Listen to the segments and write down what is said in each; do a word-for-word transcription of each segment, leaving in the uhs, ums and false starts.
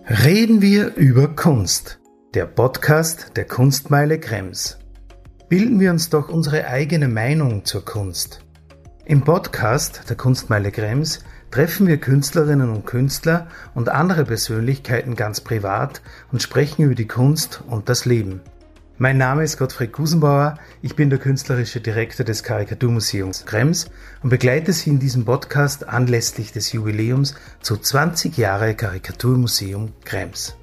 Reden wir über Kunst, der Podcast der Kunstmeile Krems. Bilden wir uns doch unsere eigene Meinung zur Kunst. Im Podcast der Kunstmeile Krems treffen wir Künstlerinnen und Künstler und andere Persönlichkeiten ganz privat und sprechen über die Kunst und das Leben. Mein Name ist Gottfried Gusenbauer, ich bin der künstlerische Direktor des Karikaturmuseums Krems und begleite Sie in diesem Podcast anlässlich des Jubiläums zu zwanzig Jahre Karikaturmuseum Krems.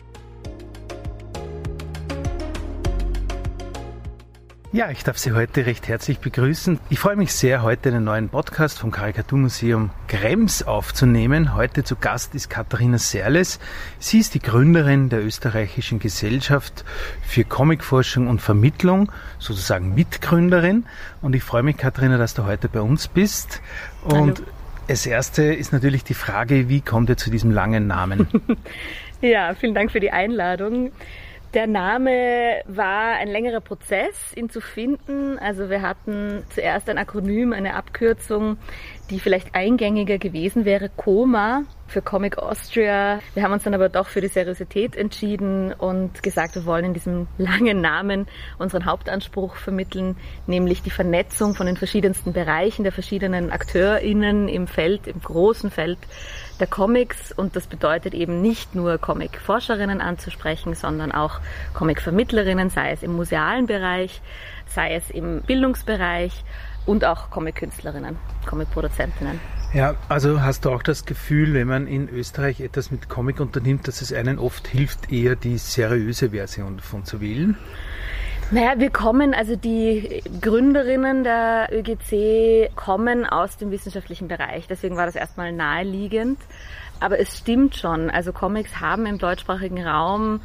Ja, ich darf Sie heute recht herzlich begrüßen. Ich freue mich sehr, heute einen neuen Podcast vom Karikaturmuseum Krems aufzunehmen. Heute zu Gast ist Katharina Serles. Sie ist die Gründerin der österreichischen Gesellschaft für Comicforschung und Vermittlung, sozusagen Mitgründerin. Und ich freue mich, Katharina, dass du heute bei uns bist. Und Hallo. Als erste ist natürlich die Frage, wie kommt ihr zu diesem langen Namen? Ja, vielen Dank für die Einladung. Der Name war ein längerer Prozess, ihn zu finden. Also wir hatten zuerst ein Akronym, eine Abkürzung, die vielleicht eingängiger gewesen wäre, COMA für Comic Austria. Wir haben uns dann aber doch für die Seriosität entschieden und gesagt, wir wollen in diesem langen Namen unseren Hauptanspruch vermitteln, nämlich die Vernetzung von den verschiedensten Bereichen, der verschiedenen AkteurInnen im Feld, im großen Feld der Comics. Und das bedeutet eben nicht nur Comic-Forscherinnen anzusprechen, sondern auch Comic-Vermittlerinnen, sei es im musealen Bereich, sei es im Bildungsbereich und auch Comic-Künstlerinnen, Comic-Produzentinnen. Ja, also hast du auch das Gefühl, wenn man in Österreich etwas mit Comic unternimmt, dass es einen oft hilft, eher die seriöse Version davon zu wählen? Naja, wir kommen, also die Gründerinnen der Ö G C kommen aus dem wissenschaftlichen Bereich, deswegen war das erstmal naheliegend. Aber es stimmt schon, also Comics haben im deutschsprachigen Raum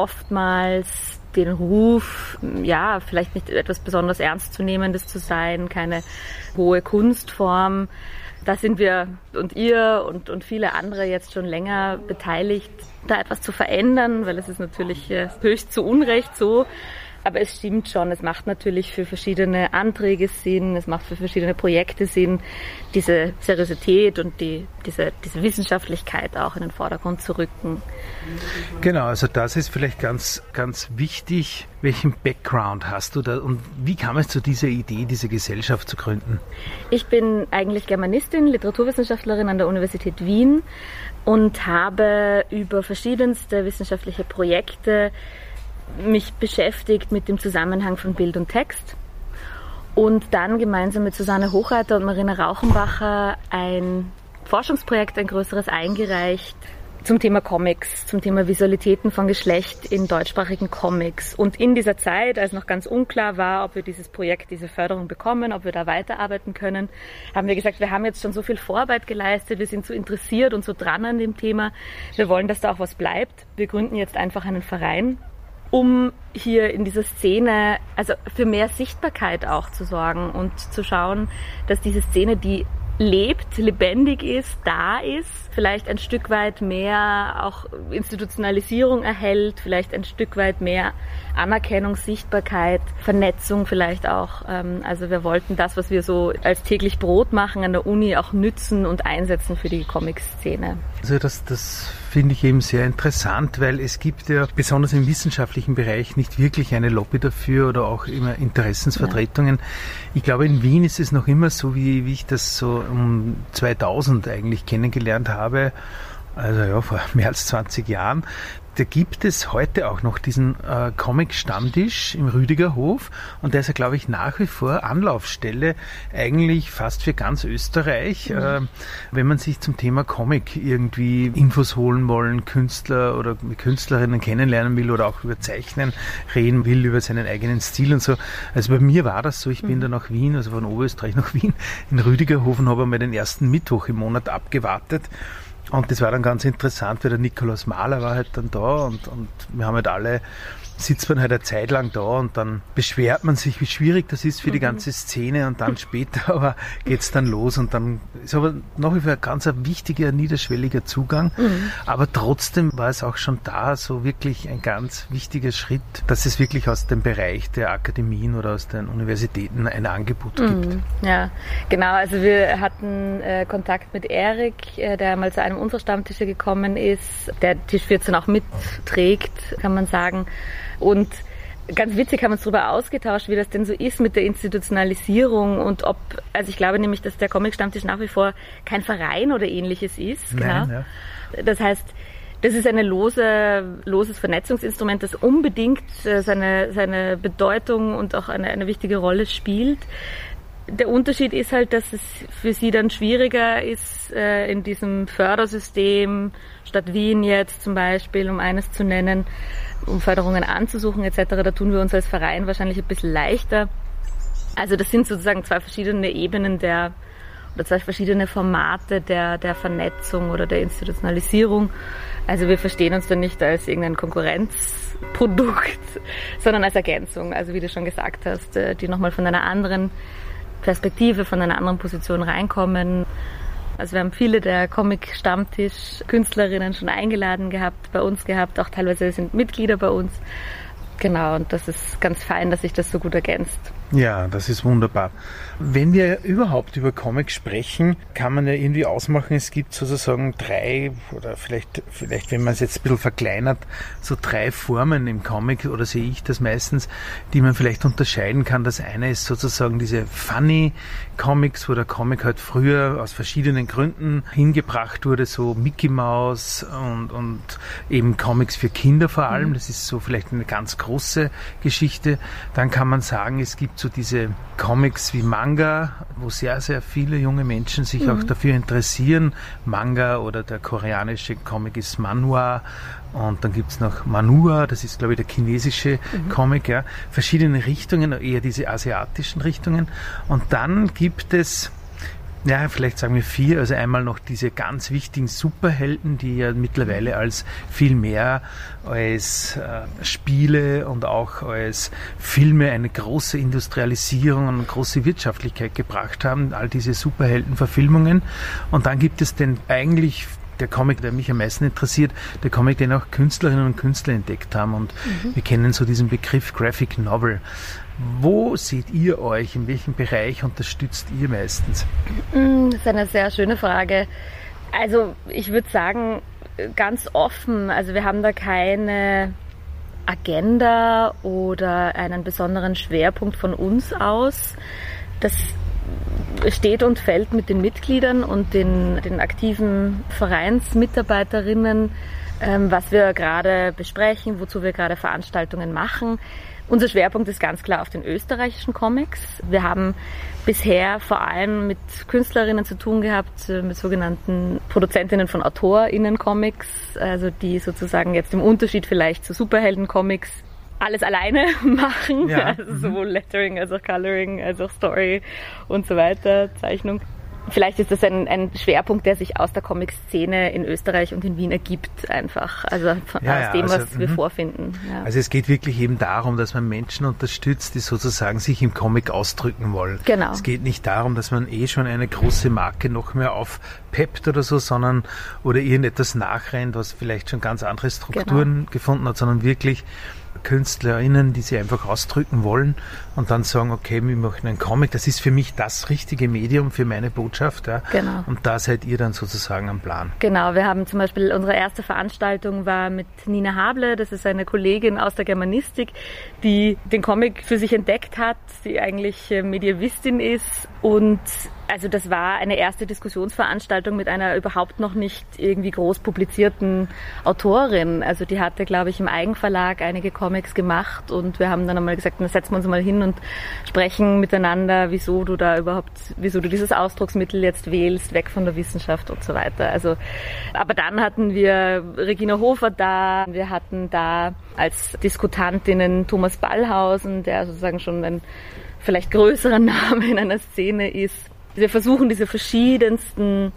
oftmals den Ruf, ja, vielleicht nicht etwas besonders Ernstzunehmendes zu sein, keine hohe Kunstform. Da sind wir und ihr und, und viele andere jetzt schon länger beteiligt, da etwas zu verändern, weil es ist natürlich höchst zu Unrecht so. Aber es stimmt schon, es macht natürlich für verschiedene Anträge Sinn, es macht für verschiedene Projekte Sinn, diese Seriosität und die, diese, diese Wissenschaftlichkeit auch in den Vordergrund zu rücken. Genau, also das ist vielleicht ganz, ganz wichtig. Welchen Background hast du da und wie kam es zu dieser Idee, diese Gesellschaft zu gründen? Ich bin eigentlich Germanistin, Literaturwissenschaftlerin an der Universität Wien und habe über verschiedenste wissenschaftliche Projekte mich beschäftigt mit dem Zusammenhang von Bild und Text und dann gemeinsam mit Susanne Hochreiter und Marina Rauchenbacher ein Forschungsprojekt, ein größeres eingereicht zum Thema Comics, zum Thema Visualitäten von Geschlecht in deutschsprachigen Comics. Und in dieser Zeit, als noch ganz unklar war, ob wir dieses Projekt, diese Förderung bekommen, ob wir da weiterarbeiten können, haben wir gesagt, wir haben jetzt schon so viel Vorarbeit geleistet, wir sind so interessiert und so dran an dem Thema, wir wollen, dass da auch was bleibt. Wir gründen jetzt einfach einen Verein, um hier in dieser Szene, also für mehr Sichtbarkeit auch zu sorgen und zu schauen, dass diese Szene, die lebt, lebendig ist, da ist, vielleicht ein Stück weit mehr auch Institutionalisierung erhält, vielleicht ein Stück weit mehr Anerkennung, Sichtbarkeit, Vernetzung vielleicht auch. Also wir wollten das, was wir so als täglich Brot machen an der Uni, auch nützen und einsetzen für die Comic-Szene. Also das, das finde ich eben sehr interessant, weil es gibt ja besonders im wissenschaftlichen Bereich nicht wirklich eine Lobby dafür oder auch immer Interessensvertretungen. Ja. Ich glaube, in Wien ist es noch immer so, wie, wie ich das so um zweitausend eigentlich kennengelernt habe, also ja, vor mehr als zwanzig Jahren. Da gibt es heute auch noch diesen äh, Comic-Stammtisch im Rüdigerhof und der ist ja, glaube ich, nach wie vor Anlaufstelle eigentlich fast für ganz Österreich. Mhm. Äh, wenn man sich zum Thema Comic irgendwie Infos holen wollen, Künstler oder Künstlerinnen kennenlernen will oder auch über Zeichnen reden will, über seinen eigenen Stil und so. Also bei mir war das so, ich mhm. bin da nach Wien, also von Oberösterreich nach Wien, in Rüdigerhof und habe einmal den ersten Mittwoch im Monat abgewartet. Und das war dann ganz interessant, weil der Nikolaus Mahler war halt dann da und, und wir haben halt alle sitzt man halt eine Zeit lang da und dann beschwert man sich, wie schwierig das ist für mhm. die ganze Szene und dann später aber geht's dann los und dann ist aber nach wie vor ein ganz ein wichtiger, niederschwelliger Zugang. Mhm. Aber trotzdem war es auch schon da so wirklich ein ganz wichtiger Schritt, dass es wirklich aus dem Bereich der Akademien oder aus den Universitäten ein Angebot mhm. gibt. Ja, genau. Also wir hatten äh, Kontakt mit Erik, äh, der mal zu einem unserer Stammtische gekommen ist, der Tisch vierzehn auch mitträgt, kann man sagen. Und ganz witzig haben wir uns darüber ausgetauscht, wie das denn so ist mit der Institutionalisierung und ob, also ich glaube nämlich, dass der Comic-Stammtisch nach wie vor kein Verein oder ähnliches ist. Nein, genau. Ja. Das heißt, das ist ein lose, loses Vernetzungsinstrument, das unbedingt seine, seine Bedeutung und auch eine, eine wichtige Rolle spielt. Der Unterschied ist halt, dass es für sie dann schwieriger ist, in diesem Fördersystem, Stadt Wien jetzt zum Beispiel, um eines zu nennen, um Förderungen anzusuchen et cetera. Da tun wir uns als Verein wahrscheinlich ein bisschen leichter. Also das sind sozusagen zwei verschiedene Ebenen der, oder zwei verschiedene Formate der, der Vernetzung oder der Institutionalisierung. Also wir verstehen uns da nicht als irgendein Konkurrenzprodukt, sondern als Ergänzung. Also wie du schon gesagt hast, die nochmal von einer anderen Perspektive, von einer anderen Position reinkommen. Also wir haben viele der Comic-Stammtisch-Künstlerinnen schon eingeladen gehabt, bei uns gehabt, auch teilweise sind Mitglieder bei uns. Genau, und das ist ganz fein, dass sich das so gut ergänzt. Ja, das ist wunderbar. Wenn wir überhaupt über Comics sprechen, kann man ja irgendwie ausmachen, es gibt sozusagen drei, oder vielleicht, vielleicht wenn man es jetzt ein bisschen verkleinert, so drei Formen im Comic, oder sehe ich das meistens, die man vielleicht unterscheiden kann. Das eine ist sozusagen diese Funny Comics, wo der Comic halt früher aus verschiedenen Gründen hingebracht wurde, so Mickey Mouse und, und eben Comics für Kinder vor allem. Das ist so vielleicht eine ganz große Geschichte. Dann kann man sagen, es gibt so diese Comics wie Manga, wo sehr, sehr viele junge Menschen sich mhm. auch dafür interessieren. Manga oder der koreanische Comic ist Manhwa und dann gibt es noch Manhua, das ist glaube ich der chinesische mhm. Comic, ja. Verschiedene Richtungen, eher diese asiatischen Richtungen. Und dann gibt es ja, vielleicht sagen wir vier, also einmal noch diese ganz wichtigen Superhelden, die ja mittlerweile als viel mehr als äh, Spiele und auch als Filme eine große Industrialisierung und eine große Wirtschaftlichkeit gebracht haben, all diese Superheldenverfilmungen. Und dann gibt es den eigentlich der Comic, der mich am meisten interessiert, der Comic, den auch Künstlerinnen und Künstler entdeckt haben. Und mhm. wir kennen so diesen Begriff Graphic Novel. Wo seht ihr euch? In welchem Bereich unterstützt ihr meistens? Das ist eine sehr schöne Frage. Also ich würde sagen, ganz offen. Also wir haben da keine Agenda oder einen besonderen Schwerpunkt von uns aus. Das steht und fällt mit den Mitgliedern und den, den aktiven Vereinsmitarbeiterinnen, ähm, was wir gerade besprechen, wozu wir gerade Veranstaltungen machen. Unser Schwerpunkt ist ganz klar auf den österreichischen Comics. Wir haben bisher vor allem mit Künstlerinnen zu tun gehabt, mit sogenannten Produzentinnen von AutorInnen-Comics, also die sozusagen jetzt im Unterschied vielleicht zu Superhelden-Comics alles alleine machen, ja. Also sowohl Lettering als auch Coloring, als auch Story und so weiter, Zeichnung. Vielleicht ist das ein, ein Schwerpunkt, der sich aus der Comic-Szene in Österreich und in Wien ergibt einfach, also von, ja, aus ja, dem, also, was wir m- vorfinden. Ja. Also es geht wirklich eben darum, dass man Menschen unterstützt, die sozusagen sich im Comic ausdrücken wollen. Genau. Es geht nicht darum, dass man eh schon eine große Marke noch mehr aufpeppt oder so, sondern oder irgendetwas nachrennt, was vielleicht schon ganz andere Strukturen genau. gefunden hat, sondern wirklich KünstlerInnen, die sich einfach ausdrücken wollen und dann sagen, okay, wir machen einen Comic, das ist für mich das richtige Medium für meine Botschaft. Ja. Genau. Und da seid ihr dann sozusagen am Plan. Genau, wir haben zum Beispiel, unsere erste Veranstaltung war mit Nina Hable, das ist eine Kollegin aus der Germanistik, die den Comic für sich entdeckt hat, die eigentlich Medievistin ist und also das war eine erste Diskussionsveranstaltung mit einer überhaupt noch nicht irgendwie groß publizierten Autorin. Also die hatte, glaube ich, im Eigenverlag einige Comics gemacht und wir haben dann einmal gesagt, na, setzen wir uns mal hin und sprechen miteinander, wieso du da überhaupt, wieso du dieses Ausdrucksmittel jetzt wählst, weg von der Wissenschaft und so weiter. Also, aber dann hatten wir Regina Hofer da, wir hatten da als Diskutantinnen Thomas Ballhausen, der sozusagen schon ein vielleicht größerer Name in einer Szene ist. Wir versuchen diese verschiedensten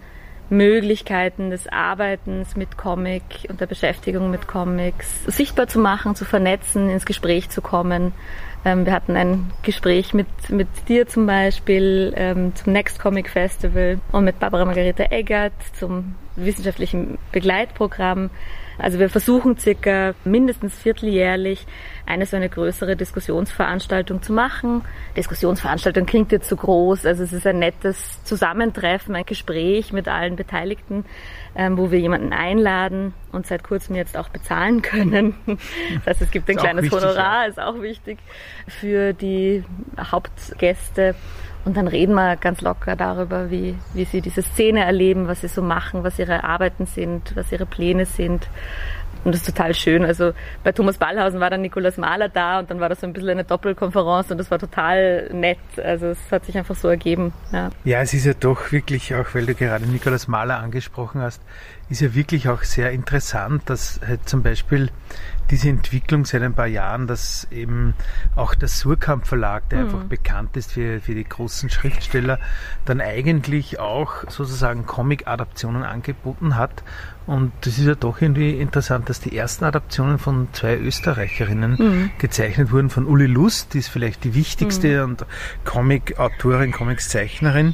Möglichkeiten des Arbeitens mit Comic und der Beschäftigung mit Comics sichtbar zu machen, zu vernetzen, ins Gespräch zu kommen. Ähm, wir hatten ein Gespräch mit, mit dir zum Beispiel ähm, zum Next Comic Festival und mit Barbara Margareta Eggert zum wissenschaftlichen Begleitprogramm. Also wir versuchen circa mindestens vierteljährlich eine so eine größere Diskussionsveranstaltung zu machen. Diskussionsveranstaltung klingt jetzt so groß, also es ist ein nettes Zusammentreffen, ein Gespräch mit allen Beteiligten, ähm, wo wir jemanden einladen und seit kurzem jetzt auch bezahlen können. Das heißt, es gibt ein ist kleines wichtig, Honorar, ja. Ist auch wichtig für die Hauptgäste. Und dann reden wir ganz locker darüber, wie, wie sie diese Szene erleben, was sie so machen, was ihre Arbeiten sind, was ihre Pläne sind. Und das ist total schön. Also bei Thomas Ballhausen war dann Nikolaus Mahler da und dann war das so ein bisschen eine Doppelkonferenz und das war total nett. Also es hat sich einfach so ergeben. Ja, ja, es ist ja doch wirklich, auch weil du gerade Nikolaus Mahler angesprochen hast, ist ja wirklich auch sehr interessant, dass halt zum Beispiel diese Entwicklung seit ein paar Jahren, dass eben auch der Suhrkamp Verlag, der mhm. einfach bekannt ist für, für die großen Schriftsteller, dann eigentlich auch sozusagen Comic-Adaptionen angeboten hat. Und das ist ja doch irgendwie interessant, dass die ersten Adaptionen von zwei Österreicherinnen mhm. gezeichnet wurden, von Uli Lust, die ist vielleicht die wichtigste mhm. und Comic-Autorin, Comics-Zeichnerin,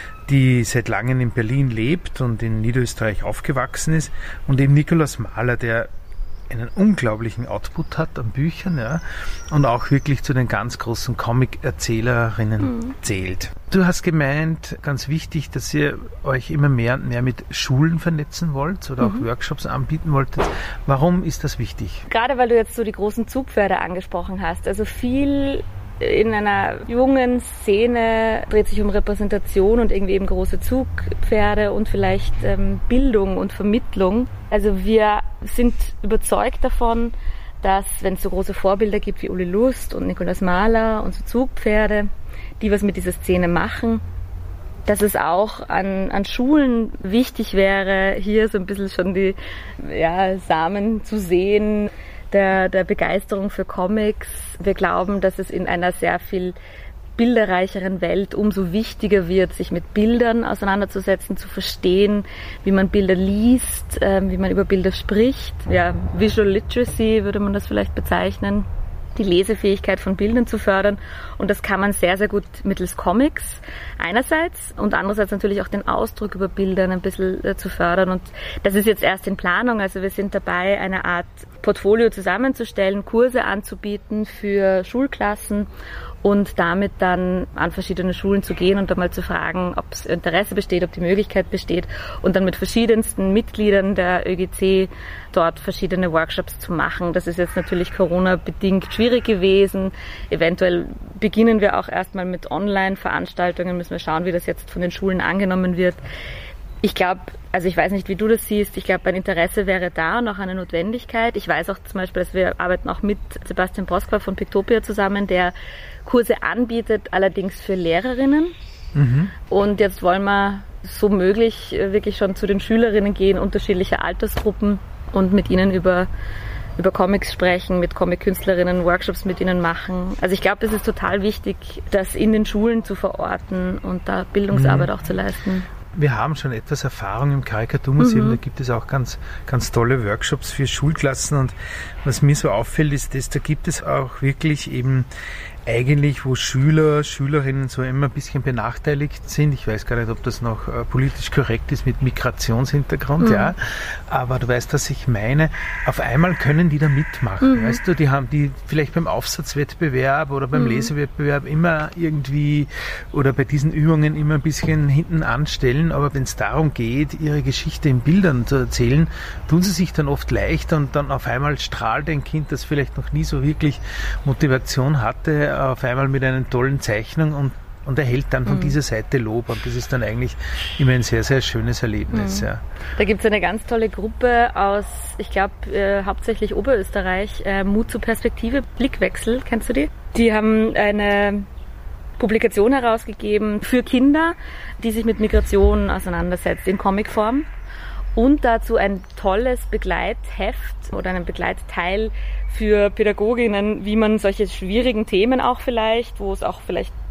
die seit langem in Berlin lebt und in Niederösterreich aufgewachsen ist, und eben Nikolaus Mahler, der einen unglaublichen Output hat an Büchern, ja, und auch wirklich zu den ganz großen Comic-Erzählerinnen mhm. zählt. Du hast gemeint, ganz wichtig, dass ihr euch immer mehr und mehr mit Schulen vernetzen wollt oder mhm. auch Workshops anbieten wolltet. Warum ist das wichtig? Gerade weil du jetzt so die großen Zugpferde angesprochen hast. Also viel in einer jungen Szene dreht sich um Repräsentation und irgendwie eben große Zugpferde und vielleicht ähm, Bildung und Vermittlung. Also wir sind überzeugt davon, dass wenn es so große Vorbilder gibt wie Uli Lust und Nikolaus Mahler und so Zugpferde, die was mit dieser Szene machen, dass es auch an, an Schulen wichtig wäre, hier so ein bisschen schon die ja, Samen zu sehen, Der, der Begeisterung für Comics. Wir glauben, dass es in einer sehr viel bilderreicheren Welt umso wichtiger wird, sich mit Bildern auseinanderzusetzen, zu verstehen, wie man Bilder liest, äh, wie man über Bilder spricht. Ja, Visual Literacy würde man das vielleicht bezeichnen. Die Lesefähigkeit von Bildern zu fördern. Und das kann man sehr, sehr gut mittels Comics einerseits und andererseits natürlich auch den Ausdruck über Bildern ein bisschen äh, zu fördern. Und das ist jetzt erst in Planung. Also wir sind dabei, eine Art Portfolio zusammenzustellen, Kurse anzubieten für Schulklassen und damit dann an verschiedene Schulen zu gehen und einmal zu fragen, ob es Interesse besteht, ob die Möglichkeit besteht und dann mit verschiedensten Mitgliedern der ÖGC dort verschiedene Workshops zu machen. Das ist jetzt natürlich Corona-bedingt schwierig gewesen. Eventuell beginnen wir auch erstmal mit Online-Veranstaltungen, müssen wir schauen, wie das jetzt von den Schulen angenommen wird. Ich glaube, also ich weiß nicht, wie du das siehst, ich glaube, ein Interesse wäre da und auch eine Notwendigkeit. Ich weiß auch zum Beispiel, dass wir arbeiten auch mit Sebastian Proskva von Pictopia zusammen, der Kurse anbietet, allerdings für Lehrerinnen. Mhm. Und jetzt wollen wir so möglich wirklich schon zu den Schülerinnen gehen, unterschiedliche Altersgruppen und mit ihnen über, über Comics sprechen, mit Comic-Künstlerinnen Workshops mit ihnen machen. Also ich glaube, es ist total wichtig, das in den Schulen zu verorten und da Bildungsarbeit mhm. auch zu leisten. Wir haben schon etwas Erfahrung im Karikaturmuseum, mhm. da gibt es auch ganz, ganz tolle Workshops für Schulklassen, und was mir so auffällt, ist, dass da gibt es auch wirklich eben eigentlich, wo Schüler, Schülerinnen so immer ein bisschen benachteiligt sind. Ich weiß gar nicht, ob das noch äh, politisch korrekt ist mit Migrationshintergrund, mhm. ja. Aber du weißt, was ich meine. Auf einmal können die da mitmachen, mhm. weißt du, die haben die vielleicht beim Aufsatzwettbewerb oder beim mhm. Lesewettbewerb immer irgendwie oder bei diesen Übungen immer ein bisschen hinten anstellen, aber wenn es darum geht, ihre Geschichte in Bildern zu erzählen, tun sie sich dann oft leichter und dann auf einmal strahlt ein Kind, das vielleicht noch nie so wirklich Motivation hatte, auf einmal mit einer tollen Zeichnung und, und erhält dann von mhm. dieser Seite Lob, und das ist dann eigentlich immer ein sehr, sehr schönes Erlebnis. Mhm. Ja. Da gibt es eine ganz tolle Gruppe aus, ich glaube, äh, hauptsächlich Oberösterreich, äh, Mut zur Perspektive, Blickwechsel, kennst du die? Die haben eine Publikation herausgegeben für Kinder, die sich mit Migration auseinandersetzt, in Comicform. Und dazu ein tolles Begleitheft oder einen Begleitteil für Pädagoginnen, wie man solche schwierigen Themen auch vielleicht, wo es auch vielleicht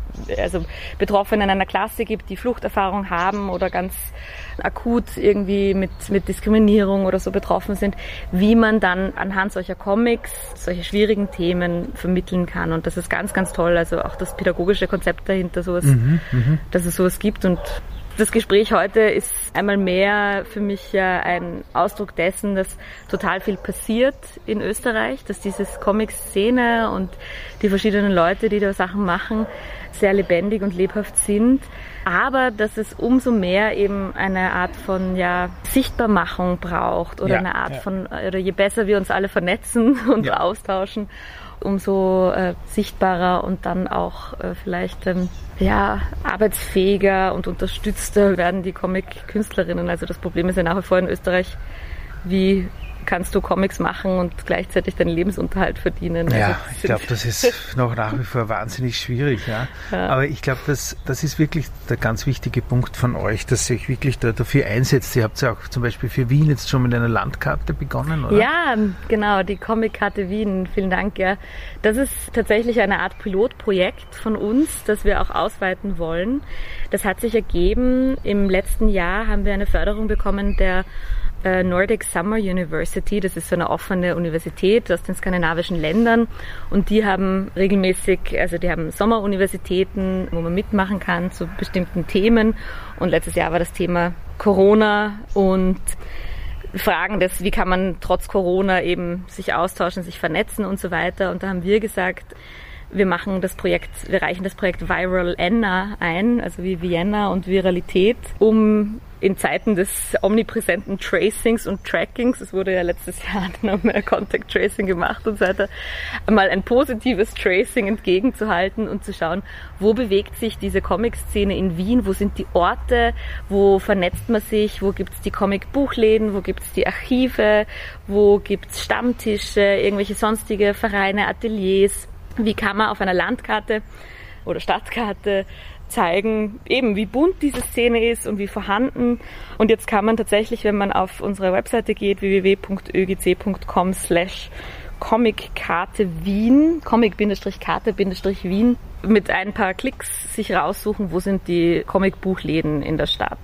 also Betroffene in einer Klasse gibt, die Fluchterfahrung haben oder ganz akut irgendwie mit, mit Diskriminierung oder so betroffen sind, wie man dann anhand solcher Comics solche schwierigen Themen vermitteln kann. Und das ist ganz, ganz toll. Also auch das pädagogische Konzept dahinter, sowas, mhm, dass es sowas gibt. Und das Gespräch heute ist einmal mehr für mich ja ein Ausdruck dessen, dass total viel passiert in Österreich, dass diese Comic-Szene und die verschiedenen Leute, die da Sachen machen, sehr lebendig und lebhaft sind. Aber dass es umso mehr eben eine Art von ja, Sichtbarmachung braucht oder ja, eine Art ja. von, oder je besser wir uns alle vernetzen und ja. austauschen, umso äh, sichtbarer und dann auch äh, vielleicht ähm, ja, arbeitsfähiger und unterstützter werden die Comic-Künstlerinnen. Also das Problem ist ja nach wie vor in Österreich, wie kannst du Comics machen und gleichzeitig deinen Lebensunterhalt verdienen. Ja, also ich glaube, das ist noch nach wie vor wahnsinnig schwierig. Ja. Ja. Aber ich glaube, das, das ist wirklich der ganz wichtige Punkt von euch, dass ihr euch wirklich da, dafür einsetzt. Ihr habt ja auch zum Beispiel für Wien jetzt schon mit einer Landkarte begonnen, oder? Ja, genau, die Comic-Karte Wien. Vielen Dank. Ja. Das ist tatsächlich eine Art Pilotprojekt von uns, das wir auch ausweiten wollen. Das hat sich ergeben, im letzten Jahr haben wir eine Förderung bekommen der Nordic Summer University, das ist so eine offene Universität aus den skandinavischen Ländern und die haben regelmäßig, also die haben Sommeruniversitäten, wo man mitmachen kann zu bestimmten Themen und letztes Jahr war das Thema Corona und Fragen des, wie kann man trotz Corona eben sich austauschen, sich vernetzen und so weiter und da haben wir gesagt, wir machen das Projekt, wir reichen das Projekt Viral Enna ein, also wie Vienna und Viralität, um in Zeiten des omnipräsenten Tracings und Trackings, es wurde ja letztes Jahr noch mehr Contact Tracing gemacht und so weiter, mal ein positives Tracing entgegenzuhalten und zu schauen, wo bewegt sich diese Comic-Szene in Wien, wo sind die Orte, wo vernetzt man sich, wo gibt's die Comic-Buchläden, wo gibt's die Archive, wo gibt's Stammtische, irgendwelche sonstige Vereine, Ateliers, wie kann man auf einer Landkarte oder Stadtkarte zeigen, eben wie bunt diese Szene ist und wie vorhanden. Und jetzt kann man tatsächlich, wenn man auf unsere Webseite geht, w w w punkt ö g c punkt com slash Comic-Karte Wien, Comic-Karte Wien, mit ein paar Klicks sich raussuchen, wo sind die Comic-Buchläden in der Stadt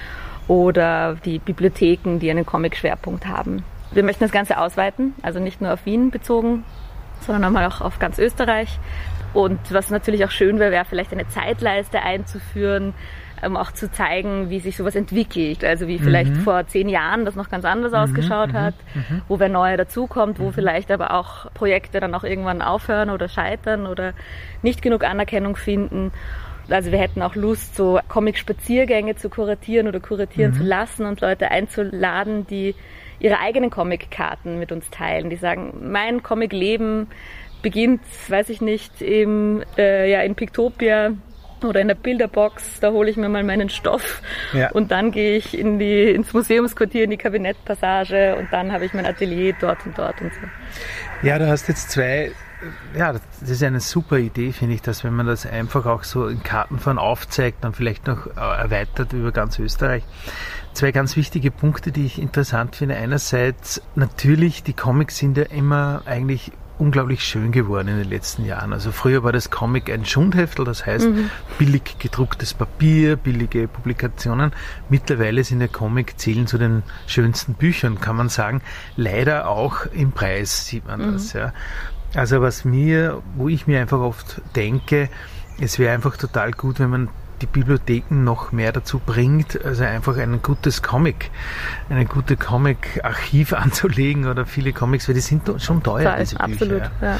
oder die Bibliotheken, die einen Comic-Schwerpunkt haben. Wir möchten das Ganze ausweiten, also nicht nur auf Wien bezogen, sondern einmal auch auf ganz Österreich. Und was natürlich auch schön wäre, wäre vielleicht eine Zeitleiste einzuführen, um auch zu zeigen, wie sich sowas entwickelt. Also wie vielleicht mhm. vor zehn Jahren das noch ganz anders mhm, ausgeschaut mhm, hat, mhm. wo wer Neuer dazukommt, wo mhm. vielleicht aber auch Projekte dann auch irgendwann aufhören oder scheitern oder nicht genug Anerkennung finden. Also wir hätten auch Lust, so Comic-Spaziergänge zu kuratieren oder kuratieren mhm. zu lassen und Leute einzuladen, die ihre eigenen Comic-Karten mit uns teilen. Die sagen, mein Comic-Leben beginnt, weiß ich nicht, im, äh, ja, in Pictopia oder in der Bilderbox, da hole ich mir mal meinen Stoff ja. und dann gehe ich in die, ins Museumsquartier, in die Kabinettpassage und dann habe ich mein Atelier dort und dort und so. Ja, du hast jetzt zwei, ja, das ist eine super Idee, finde ich, dass wenn man das einfach auch so in Kartenform aufzeigt und vielleicht noch erweitert über ganz Österreich. Zwei ganz wichtige Punkte, die ich interessant finde. Einerseits natürlich, die Comics sind ja immer eigentlich unglaublich schön geworden in den letzten Jahren. Also früher war das Comic ein Schundheftel, das heißt mhm. billig gedrucktes Papier, billige Publikationen. Mittlerweile sind ja Comic zählen zu den schönsten Büchern, kann man sagen. Leider auch im Preis sieht man mhm. das. Ja. Also was mir, wo ich mir einfach oft denke, es wäre einfach total gut, wenn man die Bibliotheken noch mehr dazu bringt, also einfach ein gutes Comic, eine gute Comic-Archiv anzulegen oder viele Comics, weil die sind schon teuer, diese Bücher. Absolut, ja.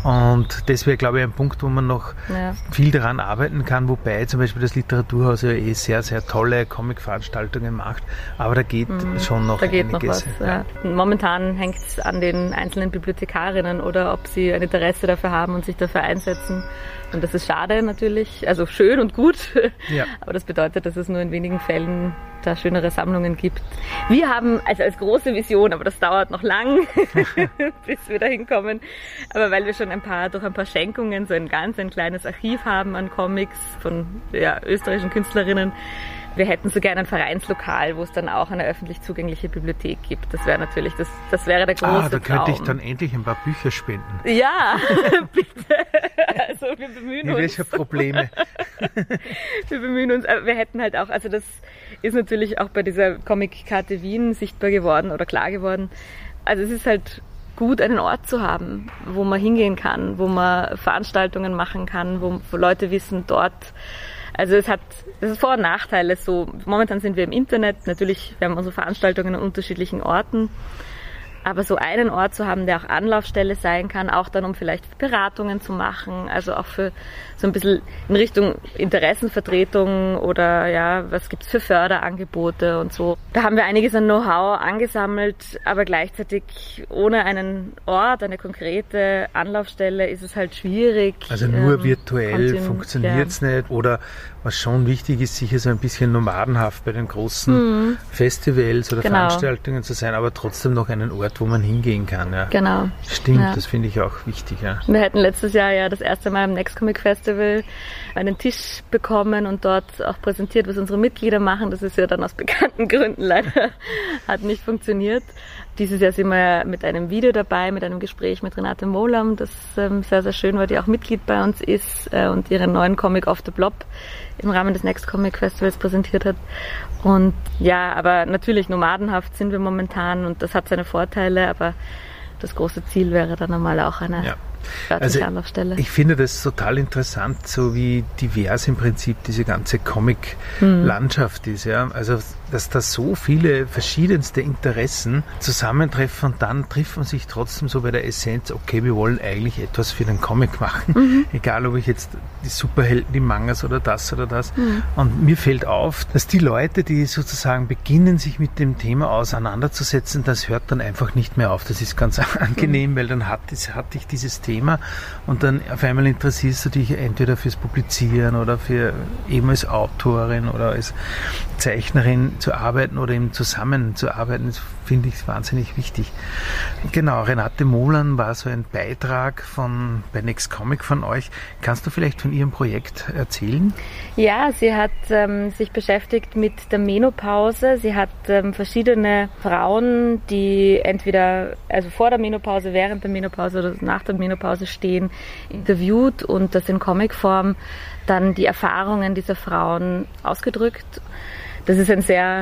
Und das wäre, glaube ich, ein Punkt, wo man noch ja. viel daran arbeiten kann, wobei zum Beispiel das Literaturhaus ja eh sehr, sehr tolle Comic-Veranstaltungen macht, aber da geht mhm, schon noch da geht einiges. Noch was, ja. Ja. Momentan hängt es an den einzelnen Bibliothekarinnen oder ob sie ein Interesse dafür haben und sich dafür einsetzen. Und das ist schade natürlich, also schön und gut, ja. aber das bedeutet, dass es nur in wenigen Fällen da schönere Sammlungen gibt. Wir haben also als große Vision, aber das dauert noch lang, bis wir da hinkommen, aber weil wir schon ein paar, durch ein paar Schenkungen so ein ganz ein kleines Archiv haben an Comics von ja, österreichischen Künstlerinnen, wir hätten so gerne ein Vereinslokal, wo es dann auch eine öffentlich zugängliche Bibliothek gibt. Das wäre natürlich, das, das wäre der große Traum. Ah, da könnte Traum. ich dann endlich ein paar Bücher spenden. Ja, bitte. Also wir bemühen uns. Welche Probleme? Wir bemühen uns. Wir hätten halt auch, also das ist natürlich auch bei dieser Comic-Karte Wien sichtbar geworden oder klar geworden. Also es ist halt gut, einen Ort zu haben, wo man hingehen kann, wo man Veranstaltungen machen kann, wo, wo Leute wissen, dort. Also es hat, das ist Vor- und Nachteile. So, momentan sind wir im Internet, natürlich, wir haben unsere Veranstaltungen an unterschiedlichen Orten. Aber so einen Ort zu haben, der auch Anlaufstelle sein kann, auch dann, um vielleicht Beratungen zu machen, also auch für so ein bisschen in Richtung Interessenvertretung oder ja, was gibt's für Förderangebote und so. Da haben wir einiges an Know-how angesammelt, aber gleichzeitig ohne einen Ort, eine konkrete Anlaufstelle ist es halt schwierig. Also nur ähm, virtuell funktioniert's ja. nicht, oder was schon wichtig ist, sicher so ein bisschen nomadenhaft bei den großen mhm. Festivals oder genau. Veranstaltungen zu sein, aber trotzdem noch einen Ort, wo man hingehen kann. Ja. Genau. Stimmt, ja. das finde ich auch wichtig. Ja. Wir hätten letztes Jahr ja das erste Mal am Next Comic Festival einen Tisch bekommen und dort auch präsentiert, was unsere Mitglieder machen. Das ist ja dann aus bekannten Gründen leider hat nicht funktioniert. Dieses Jahr sind wir mit einem Video dabei, mit einem Gespräch mit Renate Molam, das ähm, sehr, sehr schön war, die auch Mitglied bei uns ist äh, und ihren neuen Comic Off the Blob im Rahmen des Next Comic Festivals präsentiert hat. Und ja, aber natürlich nomadenhaft sind wir momentan und das hat seine Vorteile, aber das große Ziel wäre dann einmal auch eine ja. Also ich finde das total interessant, so wie divers im Prinzip diese ganze Comic-Landschaft mhm. ist. Ja? Also dass da so viele verschiedenste Interessen zusammentreffen und dann trifft man sich trotzdem so bei der Essenz, okay, wir wollen eigentlich etwas für den Comic machen. Mhm. Egal, ob ich jetzt die Superhelden, die Mangas oder das oder das. Mhm. Und mir fällt auf, dass die Leute, die sozusagen beginnen, sich mit dem Thema auseinanderzusetzen, das hört dann einfach nicht mehr auf. Das ist ganz angenehm, mhm. weil dann hat, hatte ich dieses Thema und dann auf einmal interessierst du dich entweder fürs Publizieren oder für eben als Autorin oder als Zeichnerin zu arbeiten oder eben zusammenzuarbeiten. Das finde ich wahnsinnig wichtig. Genau, Renate Molam war so ein Beitrag von bei Next Comic von euch. Kannst du vielleicht von ihrem Projekt erzählen? Ja, sie hat ähm, sich beschäftigt mit der Menopause. Sie hat ähm, verschiedene Frauen, die entweder also vor der Menopause, während der Menopause oder nach der Menopause stehen, interviewt und das in Comicform dann die Erfahrungen dieser Frauen ausgedrückt. Das ist ein sehr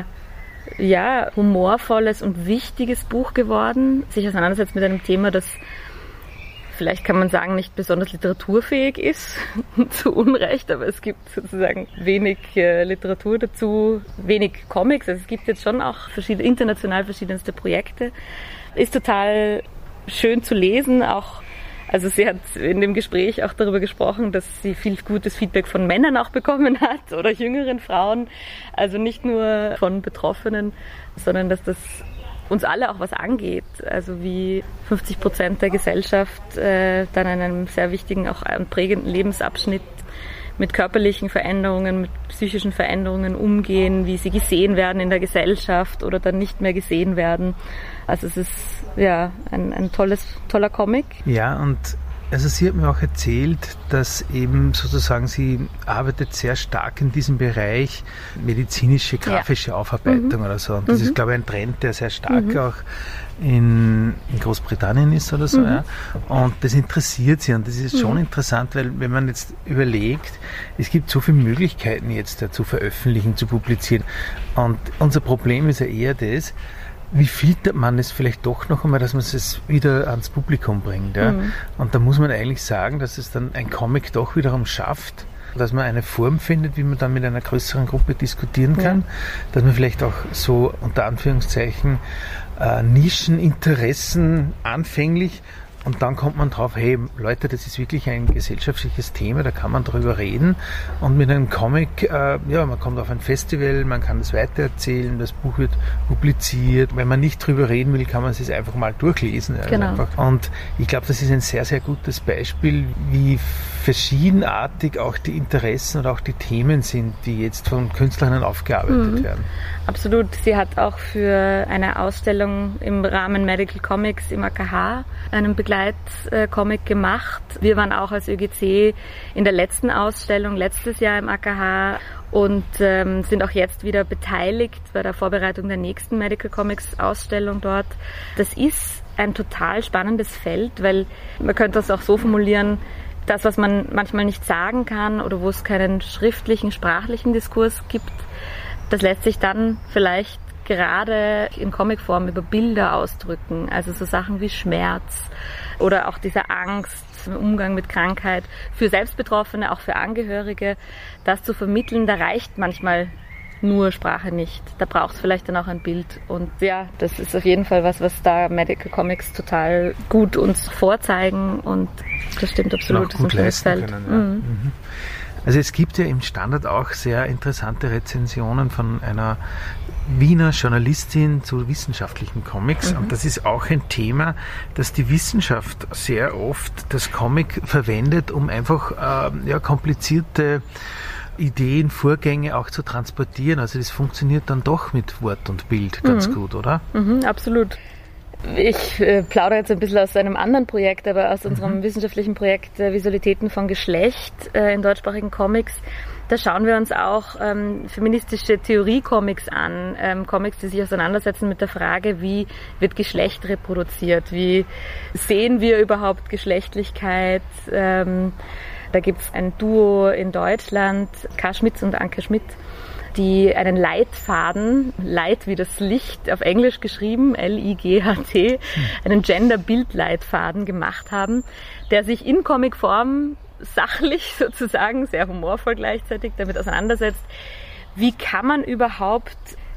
ja, humorvolles und wichtiges Buch geworden, sich auseinandersetzt mit einem Thema, das vielleicht kann man sagen, nicht besonders literaturfähig ist, zu Unrecht, aber es gibt sozusagen wenig äh, Literatur dazu, wenig Comics, also es gibt jetzt schon auch verschiedene, international verschiedenste Projekte. Ist total schön zu lesen, auch also sie hat in dem Gespräch auch darüber gesprochen, dass sie viel gutes Feedback von Männern auch bekommen hat oder jüngeren Frauen, also nicht nur von Betroffenen, sondern dass das uns alle auch was angeht, also wie fünfzig Prozent der Gesellschaft äh, dann einen sehr wichtigen, auch einen prägenden Lebensabschnitt mit körperlichen Veränderungen, mit psychischen Veränderungen umgehen, wie sie gesehen werden in der Gesellschaft oder dann nicht mehr gesehen werden. Also es ist ja ein, ein tolles, toller Comic. Ja, und also sie hat mir auch erzählt, dass eben sozusagen sie arbeitet sehr stark in diesem Bereich medizinische, grafische ja. Aufarbeitung mhm. oder so. Und das mhm. ist, glaube ich, ein Trend, der sehr stark mhm. auch in, in Großbritannien ist oder so. Mhm. Ja. Und das interessiert sie und das ist schon mhm. interessant, weil wenn man jetzt überlegt, es gibt so viele Möglichkeiten jetzt ja, zu veröffentlichen, zu publizieren. Und unser Problem ist ja eher das, wie filtert man es vielleicht doch noch einmal, dass man es wieder ans Publikum bringt. Ja? Mhm. Und da muss man eigentlich sagen, dass es dann ein Comic doch wiederum schafft, dass man eine Form findet, wie man dann mit einer größeren Gruppe diskutieren kann, ja. dass man vielleicht auch so unter Anführungszeichen äh, Nischeninteressen anfänglich und dann kommt man drauf, hey Leute, das ist wirklich ein gesellschaftliches Thema, da kann man drüber reden und mit einem Comic, äh, ja, man kommt auf ein Festival, man kann das weitererzählen, das Buch wird publiziert. Wenn man nicht drüber reden will, kann man es einfach mal durchlesen. Genau. Einfach. Und ich glaube, das ist ein sehr, sehr gutes Beispiel, wie verschiedenartig auch die Interessen und auch die Themen sind, die jetzt von Künstlerinnen aufgearbeitet mhm. werden. Absolut. Sie hat auch für eine Ausstellung im Rahmen Medical Comics im A K H einen Begleiter Begleitcomic gemacht. Wir waren auch als Ö G C in der letzten Ausstellung letztes Jahr im A K H und ähm, sind auch jetzt wieder beteiligt bei der Vorbereitung der nächsten Medical Comics Ausstellung dort. Das ist ein total spannendes Feld, weil man könnte das auch so formulieren, das, was man manchmal nicht sagen kann oder wo es keinen schriftlichen, sprachlichen Diskurs gibt, das lässt sich dann vielleicht gerade in Comicform über Bilder ausdrücken. Also so Sachen wie Schmerz oder auch diese Angst im Umgang mit Krankheit für Selbstbetroffene, auch für Angehörige, das zu vermitteln, da reicht manchmal nur Sprache nicht. Da braucht es vielleicht dann auch ein Bild. Und ja, das ist auf jeden Fall was, was da Medical Comics total gut uns vorzeigen und das stimmt absolut. Auch gut leisten können, ja. Mhm. Mhm. Also es gibt ja im Standard auch sehr interessante Rezensionen von einer Wiener Journalistin zu wissenschaftlichen Comics. Mhm. Und das ist auch ein Thema, dass die Wissenschaft sehr oft das Comic verwendet, um einfach äh, ja, komplizierte Ideen, Vorgänge auch zu transportieren. Also das funktioniert dann doch mit Wort und Bild ganz mhm. gut, oder? Mhm, absolut. Ich äh, plaudere jetzt ein bisschen aus einem anderen Projekt, aber aus unserem mhm. wissenschaftlichen Projekt äh, Visualitäten von Geschlecht äh, in deutschsprachigen Comics. Da schauen wir uns auch ähm, feministische Theorie-Comics an. Ähm, Comics, die sich auseinandersetzen mit der Frage, wie wird Geschlecht reproduziert? Wie sehen wir überhaupt Geschlechtlichkeit? Ähm, Da gibt es ein Duo in Deutschland, Karl Schmitz und Anke Schmidt, die einen Leitfaden, Light wie das Licht auf Englisch geschrieben, L I G H T, einen Gender-Bild-Leitfaden gemacht haben, der sich in Comicform sachlich sozusagen, sehr humorvoll gleichzeitig damit auseinandersetzt, wie kann man überhaupt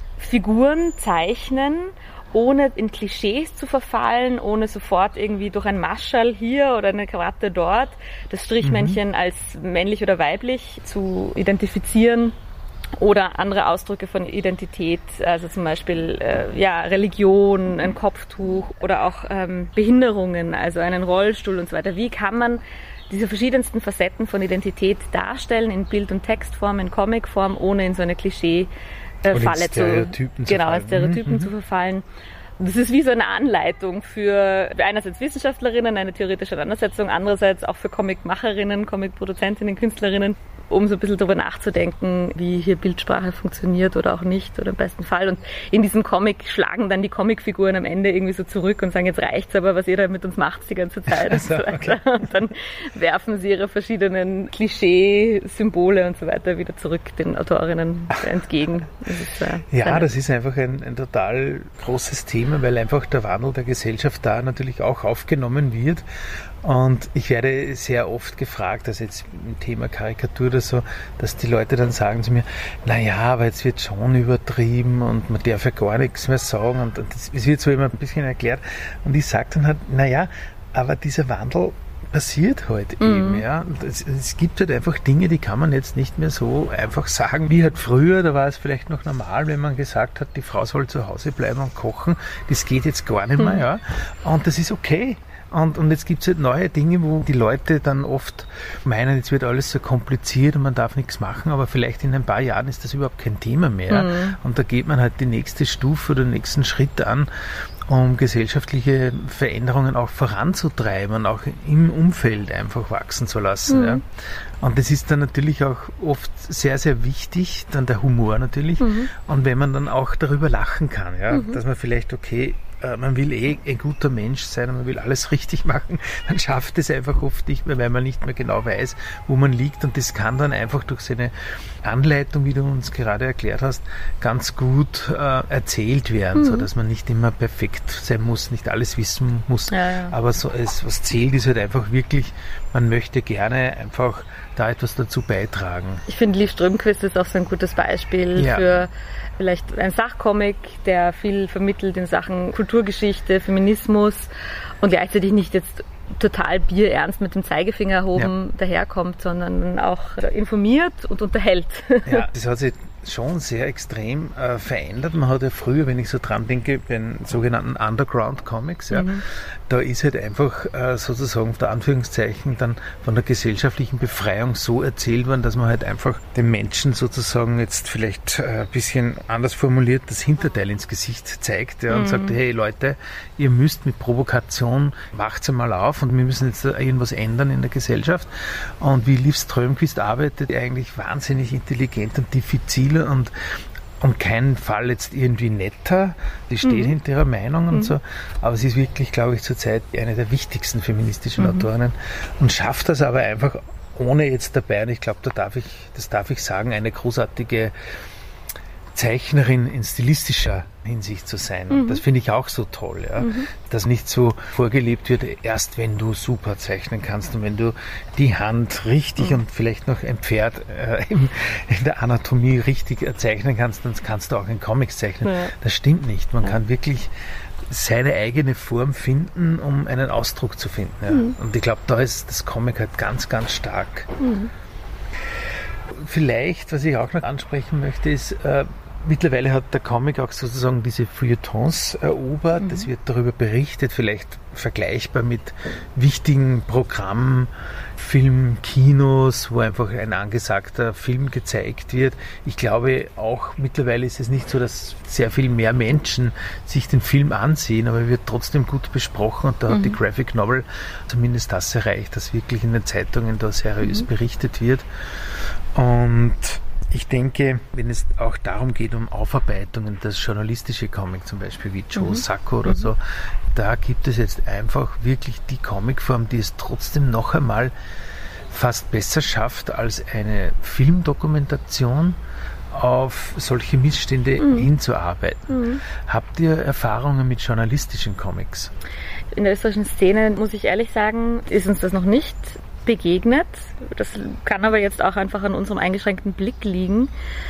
Figuren zeichnen, ohne in Klischees zu verfallen, ohne sofort irgendwie durch ein Mascherl hier oder eine Krawatte dort das Strichmännchen mhm. als männlich oder weiblich zu identifizieren oder andere Ausdrücke von Identität, also zum Beispiel äh, ja, Religion, ein Kopftuch oder auch ähm, Behinderungen, also einen Rollstuhl und so weiter. Wie kann man diese verschiedensten Facetten von Identität darstellen in Bild- und Textform, in Comicform, ohne in so eine Klischee Äh, Falle zu, genau, als Stereotypen mhm. zu verfallen. Das ist wie so eine Anleitung für einerseits Wissenschaftlerinnen, eine theoretische Auseinandersetzung, andererseits auch für Comicmacherinnen, Comicproduzentinnen, Künstlerinnen, um so ein bisschen darüber nachzudenken, wie hier Bildsprache funktioniert oder auch nicht oder im besten Fall. Und in diesem Comic schlagen dann die Comicfiguren am Ende irgendwie so zurück und sagen, jetzt reicht's aber, was ihr da mit uns macht die ganze Zeit und so weiter. Und dann werfen sie ihre verschiedenen Klischee-Symbole und so weiter wieder zurück den Autorinnen entgegen. Das ist, äh, ja, das ist einfach ein, ein total großes Thema, weil einfach der Wandel der Gesellschaft da natürlich auch aufgenommen wird. Und ich werde sehr oft gefragt, also jetzt im Thema Karikatur oder so, dass die Leute dann sagen zu mir, naja, aber jetzt wird schon übertrieben und man darf ja gar nichts mehr sagen und es wird so immer ein bisschen erklärt. Und ich sage dann halt, naja, aber dieser Wandel passiert halt mhm. eben, ja. Und es, es gibt halt einfach Dinge, die kann man jetzt nicht mehr so einfach sagen, wie halt früher, da war es vielleicht noch normal, wenn man gesagt hat, die Frau soll zu Hause bleiben und kochen. Das geht jetzt gar nicht mehr, mhm. ja. Und das ist okay. Und, und jetzt gibt es halt neue Dinge, wo die Leute dann oft meinen, jetzt wird alles so kompliziert und man darf nichts machen, aber vielleicht in ein paar Jahren ist das überhaupt kein Thema mehr. Mhm. Und da geht man halt die nächste Stufe oder den nächsten Schritt an, um gesellschaftliche Veränderungen auch voranzutreiben und auch im Umfeld einfach wachsen zu lassen. Mhm. Ja. Und das ist dann natürlich auch oft sehr, sehr wichtig, dann der Humor natürlich. Mhm. Und wenn man dann auch darüber lachen kann, ja, mhm. dass man vielleicht, okay, man will eh ein guter Mensch sein und man will alles richtig machen, dann schafft es einfach oft nicht mehr, weil man nicht mehr genau weiß, wo man liegt. Und das kann dann einfach durch seine Anleitung, wie du uns gerade erklärt hast, ganz gut äh, erzählt werden, mhm. so dass man nicht immer perfekt sein muss, nicht alles wissen muss. Ja, ja. Aber so es, was zählt, ist halt einfach wirklich, man möchte gerne einfach da etwas dazu beitragen. Ich finde, Liv Strömquist ist auch so ein gutes Beispiel ja. für vielleicht ein Sachcomic, der viel vermittelt in Sachen Kulturgeschichte, Feminismus und gleichzeitig nicht jetzt total bierernst mit dem Zeigefinger erhoben ja. daherkommt, sondern auch informiert und unterhält. Ja, das hat sich schon sehr extrem äh, verändert. Man hat ja früher, wenn ich so dran denke, bei den sogenannten Underground-Comics, ja, mhm. da ist halt einfach äh, sozusagen unter Anführungszeichen dann von der gesellschaftlichen Befreiung so erzählt worden, dass man halt einfach den Menschen sozusagen jetzt vielleicht äh, ein bisschen anders formuliert das Hinterteil ins Gesicht zeigt, ja, und mhm. sagt, hey Leute, ihr müsst mit Provokation, wacht's einmal auf und wir müssen jetzt irgendwas ändern in der Gesellschaft. Und wie Liv Strömquist arbeitet, eigentlich wahnsinnig intelligent und diffizil und um keinen Fall jetzt irgendwie netter. Die steht mhm. hinter ihrer Meinung und mhm. so. Aber sie ist wirklich, glaube ich, zurzeit eine der wichtigsten feministischen mhm. Autorinnen und schafft das aber einfach ohne jetzt dabei, und ich glaube, da darf ich, das darf ich sagen, eine großartige Zeichnerin in stilistischer Hinsicht zu sein. Mhm. Das finde ich auch so toll, ja? Mhm. Dass nicht so vorgelebt wird, erst wenn du super zeichnen kannst und wenn du die Hand richtig mhm. und vielleicht noch ein Pferd äh, in, in der Anatomie richtig zeichnen kannst, dann kannst du auch in Comics zeichnen. Ja. Das stimmt nicht. Man ja. kann wirklich seine eigene Form finden, um einen Ausdruck zu finden. Ja? Mhm. Und ich glaube, da ist das Comic halt ganz, ganz stark. Mhm. Vielleicht, was ich auch noch ansprechen möchte, ist, äh, mittlerweile hat der Comic auch sozusagen diese Feuilletons erobert. Mhm. Es wird darüber berichtet, vielleicht vergleichbar mit wichtigen Programmen, Film, Kinos, wo einfach ein angesagter Film gezeigt wird. Ich glaube auch, mittlerweile ist es nicht so, dass sehr viel mehr Menschen sich den Film ansehen, aber er wird trotzdem gut besprochen und da mhm. hat die Graphic Novel zumindest das erreicht, dass wirklich in den Zeitungen da seriös mhm. berichtet wird. Und ich denke, wenn es auch darum geht, um Aufarbeitungen, das journalistische Comic zum Beispiel wie Joe mhm. Sacco oder mhm. so, da gibt es jetzt einfach wirklich die Comicform, die es trotzdem noch einmal fast besser schafft, als eine Filmdokumentation auf solche Missstände mhm. hinzuarbeiten. Mhm. Habt ihr Erfahrungen mit journalistischen Comics? In der österreichischen Szene, muss ich ehrlich sagen, ist uns das noch nicht begegnet. Das kann aber jetzt auch einfach an unserem eingeschränkten Blick liegen.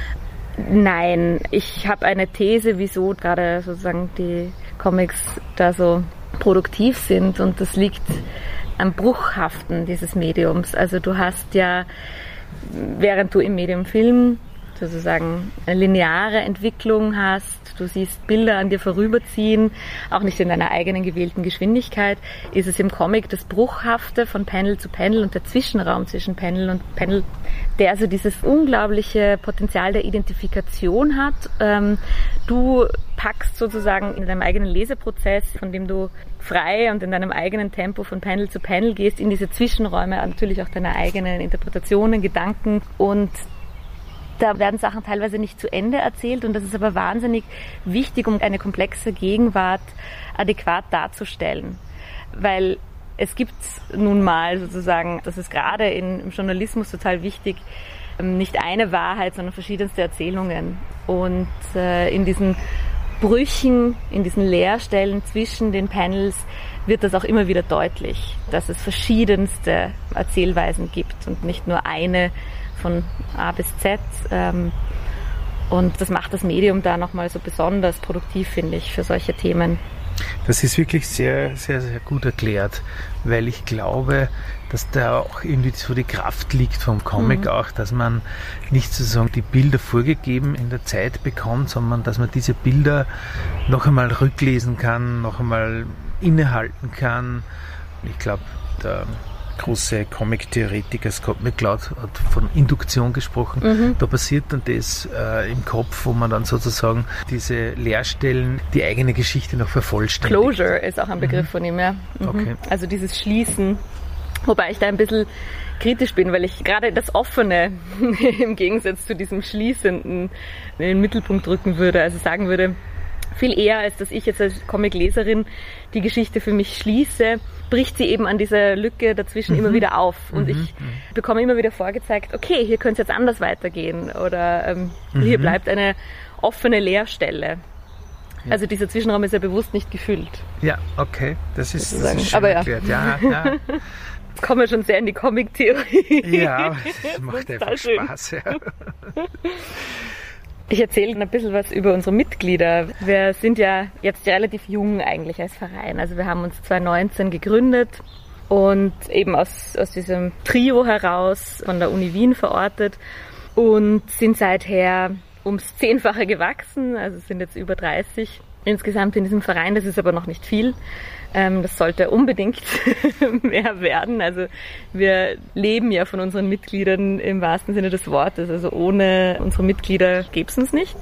Nein, ich habe eine These, wieso gerade sozusagen die Comics da so produktiv sind, und das liegt am Bruchhaften dieses Mediums. Also du hast ja, während du im Medium Film sozusagen eine lineare Entwicklung hast, du siehst Bilder an dir vorüberziehen, auch nicht in deiner eigenen gewählten Geschwindigkeit, ist es im Comic das Bruchhafte von Panel zu Panel und der Zwischenraum zwischen Panel und Panel, der also dieses unglaubliche Potenzial der Identifikation hat. Ähm, du packst sozusagen in deinem eigenen Leseprozess, von dem du frei und in deinem eigenen Tempo von Panel zu Panel gehst, in diese Zwischenräume natürlich auch deine eigenen Interpretationen, Gedanken, und da werden Sachen teilweise nicht zu Ende erzählt, und das ist aber wahnsinnig wichtig, um eine komplexe Gegenwart adäquat darzustellen. Weil es gibt nun mal sozusagen, das ist gerade in, im Journalismus total wichtig, nicht eine Wahrheit, sondern verschiedenste Erzählungen. Und äh, in diesen Brüchen, in diesen Leerstellen zwischen den Panels wird das auch immer wieder deutlich, dass es verschiedenste Erzählweisen gibt und nicht nur eine von A bis Z. Und das macht das Medium da nochmal so besonders produktiv, finde ich, für solche Themen. Das ist wirklich sehr, sehr, sehr gut erklärt, weil ich glaube, dass da auch irgendwie so die Kraft liegt vom Comic mhm. auch, dass man nicht sozusagen die Bilder vorgegeben in der Zeit bekommt, sondern dass man diese Bilder noch einmal rücklesen kann, noch einmal innehalten kann. Ich glaube, der große Comic-Theoretiker Scott McCloud hat von Induktion gesprochen. Mhm. Da passiert dann das äh, im Kopf, wo man dann sozusagen diese Leerstellen, die eigene Geschichte noch vervollständigt. Closure ist auch ein Begriff mhm. von ihm, ja. Mhm. Okay. Also dieses Schließen. Wobei ich da ein bisschen kritisch bin, weil ich gerade das Offene im Gegensatz zu diesem Schließenden in den Mittelpunkt rücken würde. Also sagen würde, viel eher, als dass ich jetzt als Comic-Leserin die Geschichte für mich schließe, bricht sie eben an dieser Lücke dazwischen mhm. immer wieder auf. Und mhm. ich bekomme immer wieder vorgezeigt, okay, hier könnte es jetzt anders weitergehen. Oder ähm, mhm. hier bleibt eine offene Leerstelle. Ja. Also dieser Zwischenraum ist ja bewusst nicht gefüllt. Ja, okay. Das ist, das ist schön Aber erklärt. Ja, ja. Jetzt kommen wir schon sehr in die Comic-Theorie. Ja, das macht das einfach Spaß. Ja. Ich erzähle ein bisschen was über unsere Mitglieder. Wir sind ja jetzt relativ jung eigentlich als Verein. Also wir haben uns zwanzig neunzehn gegründet und eben aus, aus diesem Trio heraus von der Uni Wien verortet und sind seither ums Zehnfache gewachsen, also es sind jetzt über dreißig insgesamt in diesem Verein, das ist aber noch nicht viel. Das sollte unbedingt mehr werden. Also wir leben ja von unseren Mitgliedern im wahrsten Sinne des Wortes. Also ohne unsere Mitglieder gäbe es uns nicht.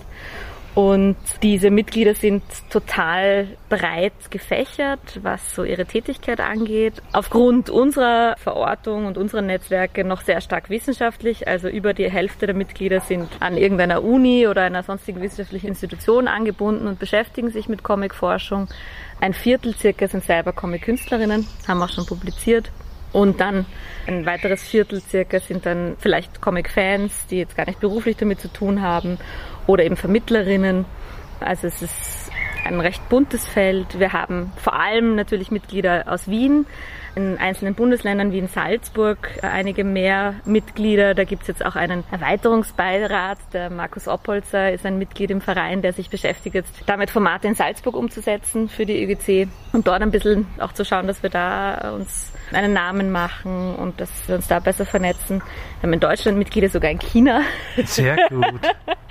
Und diese Mitglieder sind total breit gefächert, was so ihre Tätigkeit angeht. Aufgrund unserer Verortung und unserer Netzwerke noch sehr stark wissenschaftlich. Also über die Hälfte der Mitglieder sind an irgendeiner Uni oder einer sonstigen wissenschaftlichen Institution angebunden und beschäftigen sich mit Comicforschung. Ein Viertel circa sind selber Comic-Künstlerinnen, haben auch schon publiziert. Und dann ein weiteres Viertel circa sind dann vielleicht Comic-Fans, die jetzt gar nicht beruflich damit zu tun haben, oder eben Vermittlerinnen. Also es ist ein recht buntes Feld. Wir haben vor allem natürlich Mitglieder aus Wien, in einzelnen Bundesländern wie in Salzburg einige mehr Mitglieder. Da gibt es jetzt auch einen Erweiterungsbeirat. Der Markus Oppolzer ist ein Mitglied im Verein, der sich beschäftigt jetzt damit, Formate in Salzburg umzusetzen für die Ö G C und dort ein bisschen auch zu schauen, dass wir da uns einen Namen machen und dass wir uns da besser vernetzen. Wir haben in Deutschland Mitglieder, sogar in China. Sehr gut.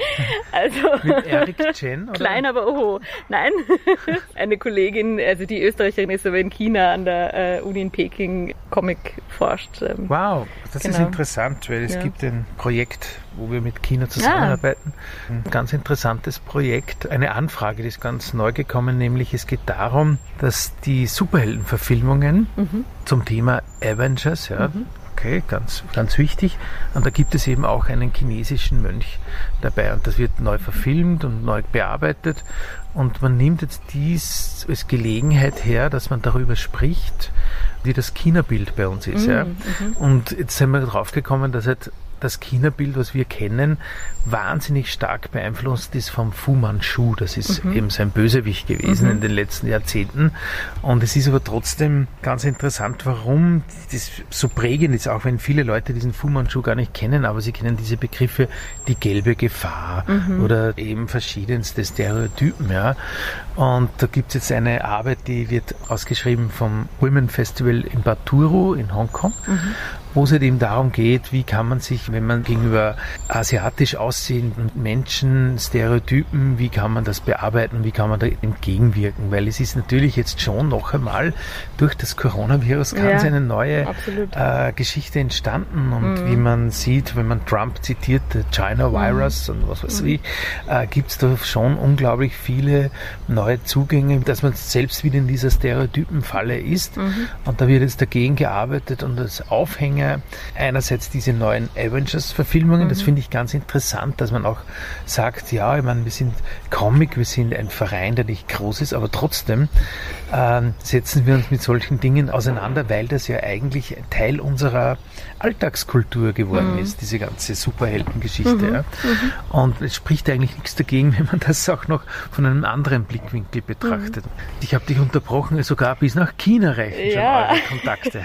Also mit Eric Chen? Oder? Klein, aber oho. Nein, eine Kollegin, also die Österreicherin ist aber in China an der äh, Uni in Peking Comic forscht. Ähm, wow, das genau. ist interessant, weil es ja. gibt ein Projekt, wo wir mit China zusammenarbeiten. Ja. Ein ganz interessantes Projekt, eine Anfrage, die ist ganz neu gekommen, nämlich es geht darum, dass die Superheldenverfilmungen mhm. zum Thema Avengers, ja, mhm. okay, ganz, ganz wichtig. Und da gibt es eben auch einen chinesischen Mönch dabei. Und das wird neu verfilmt und neu bearbeitet. Und man nimmt jetzt dies als Gelegenheit her, dass man darüber spricht, wie das China-Bild bei uns ist. Mhm, ja. Mhm. Und jetzt sind wir drauf gekommen, dass halt das China-Bild, was wir kennen, wahnsinnig stark beeinflusst ist vom Fu Manchu. Das ist mhm. eben sein Bösewicht gewesen mhm. in den letzten Jahrzehnten. Und es ist aber trotzdem ganz interessant, warum das so prägend ist, auch wenn viele Leute diesen Fu Manchu gar nicht kennen, aber sie kennen diese Begriffe, die gelbe Gefahr mhm. oder eben verschiedenste Stereotypen. Ja. Und da gibt es jetzt eine Arbeit, die wird ausgeschrieben vom Women Festival in Baturu in Hongkong, mhm. wo es halt eben darum geht, wie kann man sich, wenn man gegenüber asiatisch aussehenden Menschen, Stereotypen, wie kann man das bearbeiten, wie kann man da entgegenwirken, weil es ist natürlich jetzt schon noch einmal durch das Coronavirus ganz ja, eine neue äh, Geschichte entstanden und mhm. wie man sieht, wenn man Trump zitiert, China Virus mhm. und was weiß mhm. ich, äh, gibt es da schon unglaublich viele neue Zugänge, dass man selbst wieder in dieser Stereotypenfalle ist mhm. und da wird jetzt dagegen gearbeitet und das Aufhänger einerseits diese neuen Avengers-Verfilmungen, mhm. das finde ich ganz interessant, dass man auch sagt, ja, ich meine, wir sind Comic, wir sind ein Verein, der nicht groß ist, aber trotzdem äh, setzen wir uns mit solchen Dingen auseinander, weil das ja eigentlich Teil unserer Alltagskultur geworden mhm. ist, diese ganze Superheldengeschichte. Mhm. Ja. Mhm. Und es spricht eigentlich nichts dagegen, wenn man das auch noch von einem anderen Blickwinkel betrachtet. Mhm. Ich habe dich unterbrochen, sogar bis nach China reichen schon ja. eure Kontakte.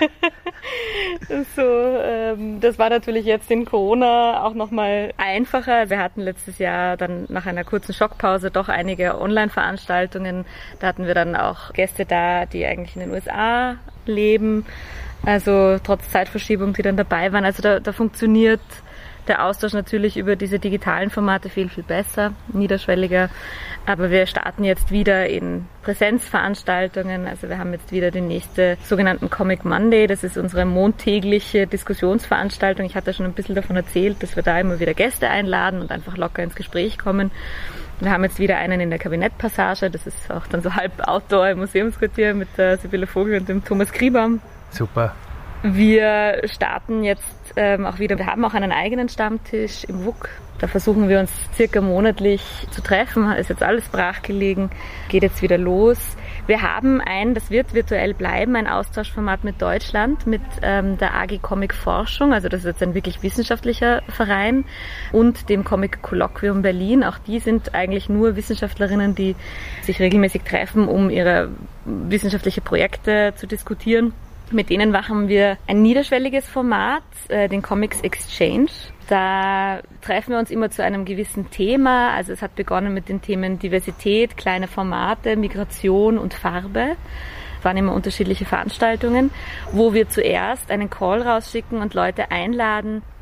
So, ähm, das war natürlich jetzt in Corona auch nochmal einfacher. Wir hatten letztes Jahr dann nach einer kurzen Schockpause doch einige Online-Veranstaltungen. Da hatten wir dann auch Gäste da, die eigentlich in den U S A leben. Also trotz Zeitverschiebung, die dann dabei waren. Also da, da funktioniert der Austausch natürlich über diese digitalen Formate viel, viel besser, niederschwelliger. Aber wir starten jetzt wieder in Präsenzveranstaltungen. Also wir haben jetzt wieder den nächsten sogenannten Comic Monday. Das ist unsere montägliche Diskussionsveranstaltung. Ich hatte schon ein bisschen davon erzählt, dass wir da immer wieder Gäste einladen und einfach locker ins Gespräch kommen. Wir haben jetzt wieder einen in der Kabinettpassage. Das ist auch dann so halb Outdoor im Museumsquartier mit der Sibylle Vogel und dem Thomas Griebaum. Super. Wir starten jetzt ähm, auch wieder, wir haben auch einen eigenen Stammtisch im W U K. Da versuchen wir uns circa monatlich zu treffen. Ist jetzt alles brachgelegen, geht jetzt wieder los. Wir haben ein, das wird virtuell bleiben, ein Austauschformat mit Deutschland, mit ähm, der A G Comic Forschung. Also das ist jetzt ein wirklich wissenschaftlicher Verein und dem Comic Kolloquium Berlin. Auch die sind eigentlich nur Wissenschaftlerinnen, die sich regelmäßig treffen, um ihre wissenschaftlichen Projekte zu diskutieren. Mit denen machen wir ein niederschwelliges Format, äh, den Comics Exchange. Da treffen wir uns immer zu einem gewissen Thema. Also es hat begonnen mit den Themen Diversität, kleine Formate, Migration und Farbe. Es waren immer unterschiedliche Veranstaltungen, wo wir zuerst einen Call rausschicken und Leute einladen,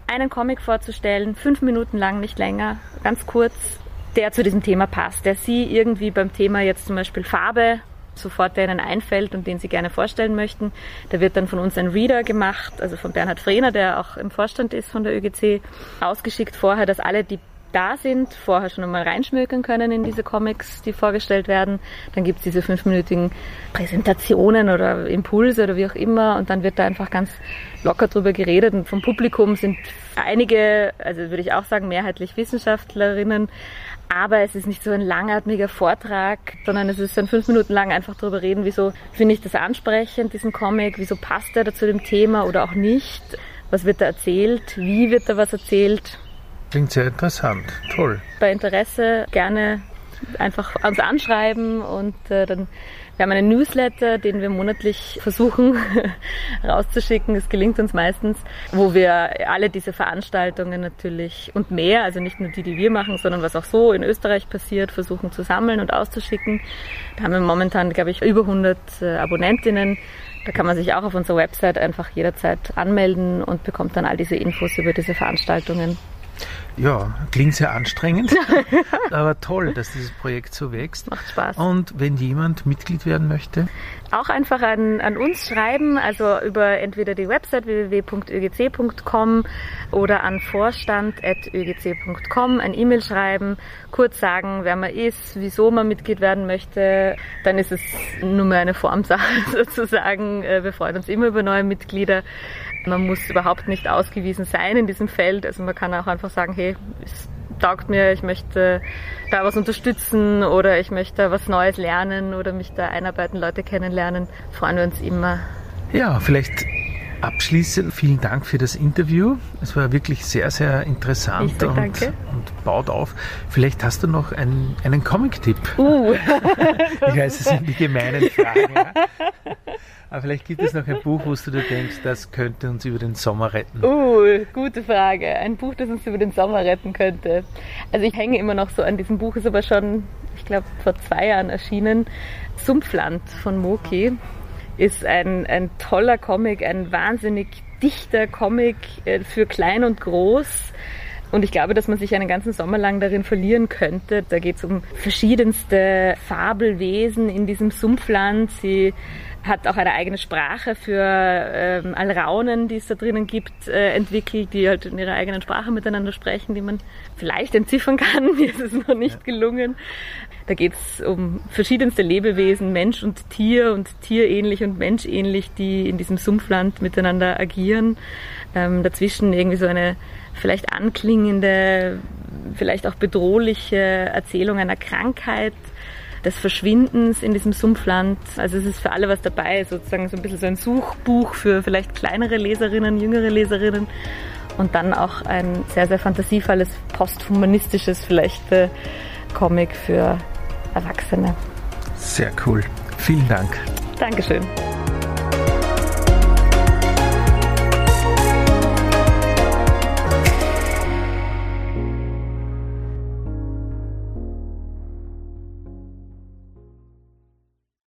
einen Comic vorzustellen, fünf Minuten lang, nicht länger, ganz kurz, der zu diesem Thema passt, der Sie irgendwie beim Thema jetzt zum Beispiel Farbe sofort der Ihnen einfällt und den Sie gerne vorstellen möchten. Da wird dann von uns ein Reader gemacht, also von Bernhard Frehner, der auch im Vorstand ist von der Ö G C, ausgeschickt vorher, dass alle, die da sind, vorher schon einmal reinschmökern können in diese Comics, die vorgestellt werden. Dann gibt es diese fünfminütigen Präsentationen oder Impulse oder wie auch immer und dann wird da einfach ganz locker drüber geredet und vom Publikum sind einige, also würde ich auch sagen, mehrheitlich Wissenschaftlerinnen, aber es ist nicht so ein langatmiger Vortrag, sondern es ist dann fünf Minuten lang einfach drüber reden, wieso finde ich das ansprechend, diesen Comic, wieso passt er da zu dem Thema oder auch nicht, was wird da erzählt, wie wird da was erzählt. Klingt sehr interessant, toll. Bei Interesse gerne einfach uns anschreiben und äh, dann, wir haben einen Newsletter, den wir monatlich versuchen rauszuschicken, es gelingt uns meistens, wo wir alle diese Veranstaltungen natürlich und mehr, also nicht nur die, die wir machen, sondern was auch so in Österreich passiert, versuchen zu sammeln und auszuschicken. Da haben wir momentan, glaube ich, über hundert äh, Abonnentinnen. Da kann man sich auch auf unserer Website einfach jederzeit anmelden und bekommt dann all diese Infos über diese Veranstaltungen. Ja, klingt sehr anstrengend, aber toll, dass dieses Projekt so wächst. Macht Spaß. Und wenn jemand Mitglied werden möchte? Auch einfach an, an uns schreiben, also über entweder die Website w w w punkt ö g c punkt com oder an vorstand at ö g c punkt com ein E-Mail schreiben, kurz sagen, wer man ist, wieso man Mitglied werden möchte. Dann ist es nur mehr eine Formsache sozusagen. Wir freuen uns immer über neue Mitglieder. Man muss überhaupt nicht ausgewiesen sein in diesem Feld. Also man kann auch einfach sagen, hey, es taugt mir, ich möchte da was unterstützen oder ich möchte was Neues lernen oder mich da einarbeiten, Leute kennenlernen. Freuen wir uns immer. Ja, vielleicht abschließend vielen Dank für das Interview. Es war wirklich sehr, sehr interessant ich sag, und, danke. und baut auf. Vielleicht hast du noch einen, einen Comic-Tipp. Uh. Ich weiß, es sind die gemeinen Fragen. Ja? Aber vielleicht gibt es noch ein Buch, wo du dir denkst, das könnte uns über den Sommer retten. Uh, gute Frage. Ein Buch, das uns über den Sommer retten könnte. Also ich hänge immer noch so an diesem Buch, ist aber schon, ich glaube, vor zwei Jahren erschienen. Sumpfland von Moki ist ein, ein toller Comic, ein wahnsinnig dichter Comic für klein und groß. Und ich glaube, dass man sich einen ganzen Sommer lang darin verlieren könnte. Da geht es um verschiedenste Fabelwesen in diesem Sumpfland. Sie hat auch eine eigene Sprache für ähm, Alraunen, die es da drinnen gibt, äh, entwickelt, die halt in ihrer eigenen Sprache miteinander sprechen, die man vielleicht entziffern kann. Mir ist es noch nicht gelungen. Da geht es um verschiedenste Lebewesen, Mensch und Tier und tierähnlich und menschähnlich, die in diesem Sumpfland miteinander agieren. Ähm, dazwischen irgendwie so eine vielleicht anklingende, vielleicht auch bedrohliche Erzählung einer Krankheit, des Verschwindens in diesem Sumpfland. Also es ist für alle was dabei, sozusagen so ein bisschen so ein Suchbuch für vielleicht kleinere Leserinnen, jüngere Leserinnen und dann auch ein sehr, sehr fantasievolles, posthumanistisches vielleicht äh, Comic für Erwachsene. Sehr cool. Vielen Dank. Dankeschön.